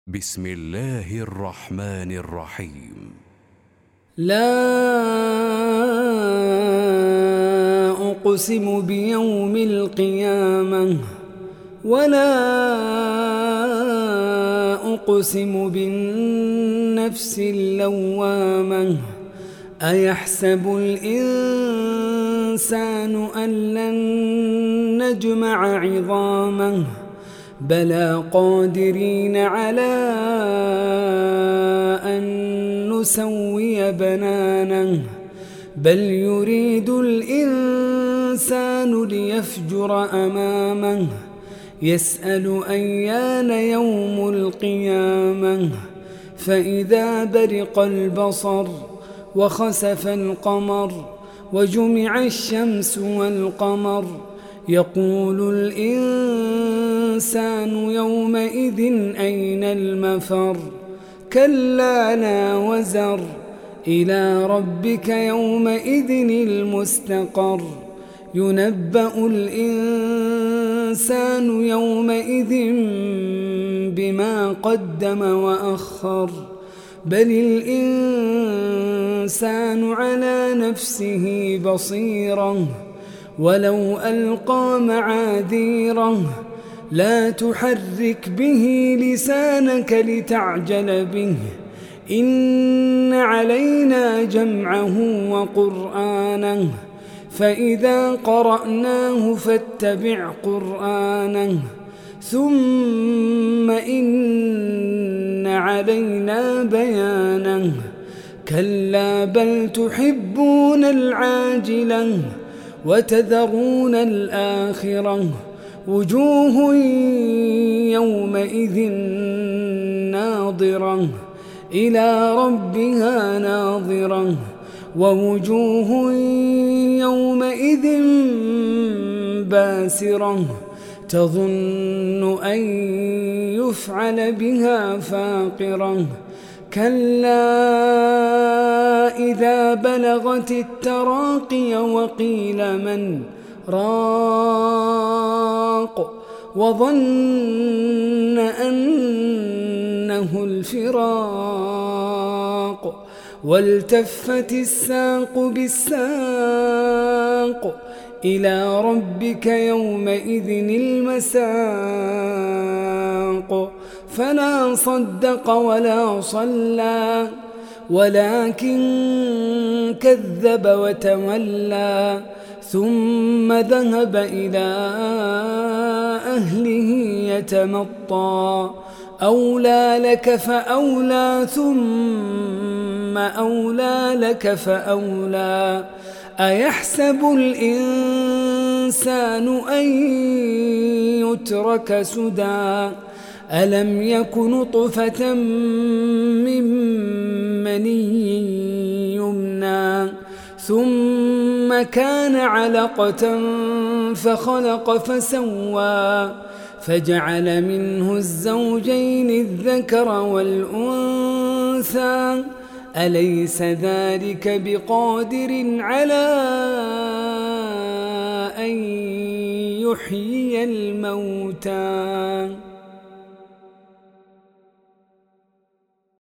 بسم الله الرحمن الرحيم. لا أقسم بيوم القيامة ولا أقسم بالنفس اللوامة أيحسب الإنسان أن لن نجمع عظامه بلى قادرين على أن نسوي بنانه بل يريد الإنسان ليفجر أمامه يسأل أيان يوم القيامة فإذا برق البصر وخسف القمر وجمع الشمس والقمر يقول الإنسان يومئذ أين المفر كلا لا وزر إلى ربك يومئذ المستقر ينبأ الإنسان يومئذ بما قدم وأخر بل الإنسان على نفسه بصيرة ولو ألقى معاذيره لا تحرك به لسانك لتعجل به إن علينا جمعه وقرآنه فإذا قرأناه فاتبع قرآنه ثم إن علينا بيانه كلا بل تحبون العاجلة وتذرون الآخرة وجوه يومئذ ناظرة إلى ربها ناظرة ووجوه يومئذ باسرة تظن أن يفعل بها فاقرة كلا إذا بلغت التراقي وقيل من راق وظن أنه الفراق والتفت الساق بالساق إلى ربك يومئذ المساق فلا صدق ولا صلى ولكن كذب وتولى ثم ذهب إلى أهله يتمطى أولى لك فأولى ثم أولى لك فأولى أيحسب الإنسان أن يترك سدى ألم يك نطفة من مني يمنى ثم كان علقة فخلق فسوى فجعل منه الزوجين الذكر والأنثى أليس ذلك بقادر على أن يحيي الموتى